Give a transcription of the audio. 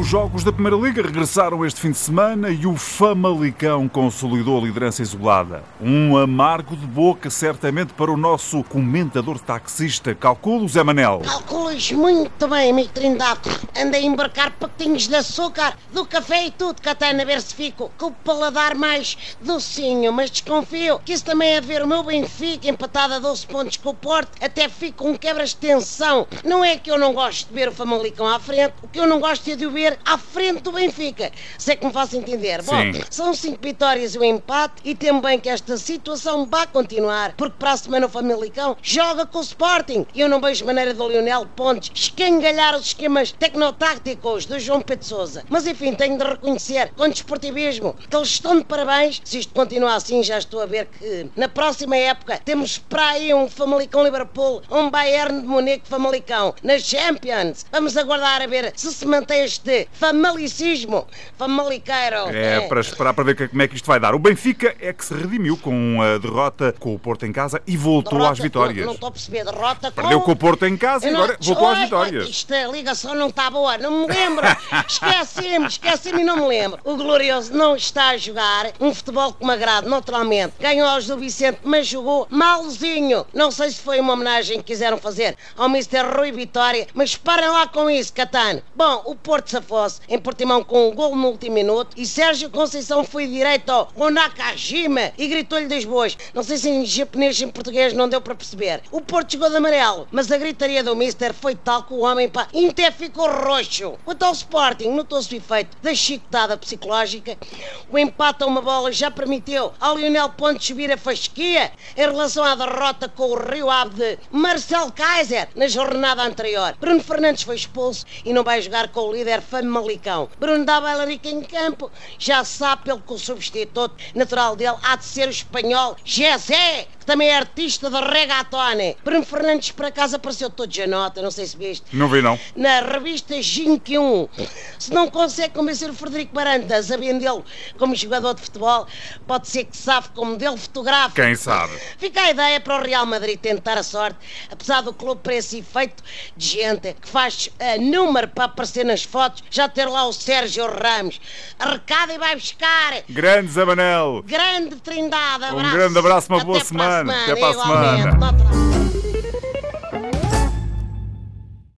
jogos da Primeira Liga regressaram este fim de semana e o Famalicão consolidou a liderança isolada. Um amargo de boca, certamente, para o nosso comentador taxista. Calculo, Zé Manel. Calculas muito bem, amigo Trindade. Andei a embarcar pacotinhos de açúcar, do café e tudo, Catana, a ver se fico com o paladar mais docinho. Mas desconfio que isso também é de ver o meu Benfica empatado a 12 pontos com o Porto. Até fico com quebras de tensão. Não é que eu não gosto de ver o Famalicão à frente, o que eu não gosto é de o ver à frente do Benfica. Se é que me faço entender. Bom, são 5 vitórias e um empate e temo bem que esta situação vai continuar, porque para a semana o Famalicão joga com o Sporting e eu não vejo maneira do Lionel Pontes escangalhar os esquemas tecnotácticos do João Pedro Sousa. Mas enfim, tenho de reconhecer com desportivismo que eles estão de parabéns. Se isto continuar assim, já estou a ver que na próxima época temos para aí um Famalicão-Liverpool, um Bayern de Munique-Famalicão na Champions. Vamos aguardar a ver se mantém este famalicismo famaliqueiro. É para esperar para ver como é que isto vai dar. O Benfica é que se redimiu com a derrota com o Porto em casa e voltou às vitórias. Não estou a perceber, derrota Perdeu com o Porto em casa e agora voltou às vitórias. Esta ligação não está boa, não me lembro. Esqueci-me e não me lembro. O Glorioso não está a jogar um futebol que me agrada, naturalmente. Ganhou aos do Vicente, mas jogou malzinho. Não sei se foi uma homenagem que quiseram fazer ao Mr. Rui Vitória, mas parem lá com isso, Catano. Bom, o Porto safou-se em Portimão com um gol no último minuto e Sérgio Conceição foi direito ao Nakajima e gritou-lhe das boas. Não sei se em japonês ou em português, não deu para perceber. O Porto jogou de amarelo, mas a gritaria do Mister foi tal que o homem até ficou roxo. Quanto ao Sporting, notou-se o efeito da chicotada psicológica. O empate a uma bola já permitiu ao Lionel Pontes subir a fasquia em relação à derrota com o Rio Ave de Marcel Kaiser na jornada anterior. Bruno Fernandes foi expulso e não vai jogar com o líder Famalicão. Bruno dá bailarica em campo, já sabe pelo que o substituto natural dele há de ser o espanhol José, que também é artista de reggaetone. Bruno Fernandes por acaso apareceu todo de nota, não sei se viste. Não vi não. Na revista Gink 1. Se não consegue convencer o Frederico Barandas a vendê-lo como jogador de futebol, pode ser que sabe como modelo fotográfico. Quem sabe? Fica a ideia para o Real Madrid tentar a sorte, apesar do clube para esse efeito de gente que faz número para aparecer nas fotos, já ter lá o Sérgio Ramos. Arrecada e vai buscar. Grande Zé Manel. Grande Trindade, abraço. Um grande abraço, uma boa semana. Até para a semana. Igualmente.